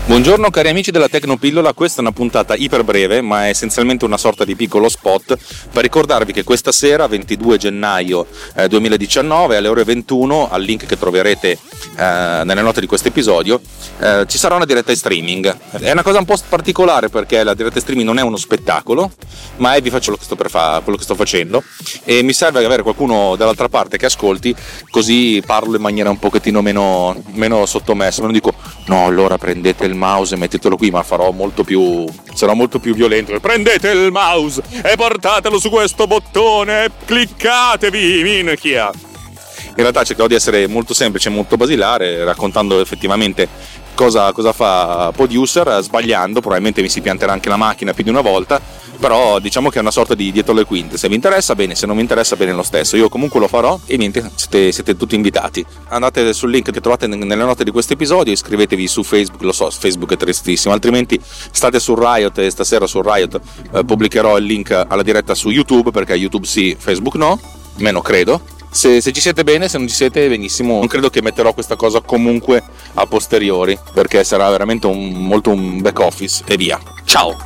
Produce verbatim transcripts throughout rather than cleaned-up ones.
Buongiorno cari amici della Tecnopillola, questa è una puntata iper breve ma è essenzialmente una sorta di piccolo spot per ricordarvi che questa sera, ventidue gennaio eh, duemiladiciannove, alle ore ventuno, al link che troverete eh, nelle note di questo episodio, eh, ci sarà una diretta in streaming. È una cosa un po' particolare perché la diretta in streaming non è uno spettacolo, ma è vi faccio quello che sto, per fa- quello che sto facendo e mi serve avere qualcuno dall'altra parte che ascolti, così parlo in maniera un pochettino meno, meno sottomessa. Non dico no, allora prendete il mouse e mettetelo qui, ma farò molto più, sarò molto più violento. Prendete il mouse e portatelo su questo bottone e cliccatevi, minchia. In realtà cercherò di essere molto semplice, molto basilare, raccontando effettivamente cosa, cosa fa Producer, sbagliando, probabilmente mi si pianterà anche la macchina più di una volta, però diciamo che è una sorta di dietro le quinte. Se vi interessa bene, se non vi interessa bene lo stesso, io comunque lo farò e niente, siete, siete tutti invitati. Andate sul link che trovate nelle note di questo episodio, iscrivetevi su Facebook, lo so, Facebook è tristissimo, altrimenti state su Riot e stasera su Riot eh, pubblicherò il link alla diretta su YouTube, perché YouTube sì, Facebook no, meno credo. Se, se ci siete bene, se non ci siete benissimo, non credo che metterò questa cosa comunque a posteriori, perché sarà veramente un, molto un back office e via. Ciao!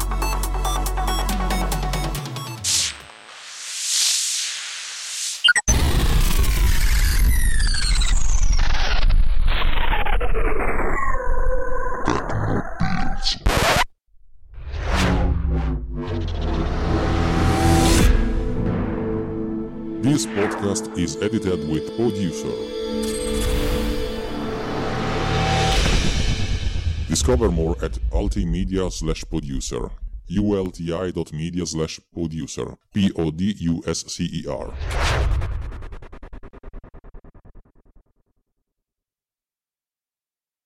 This podcast is edited with Producer. Discover more at ultimedia slash producer. ulti dot media slash producer. P O D U S C E R.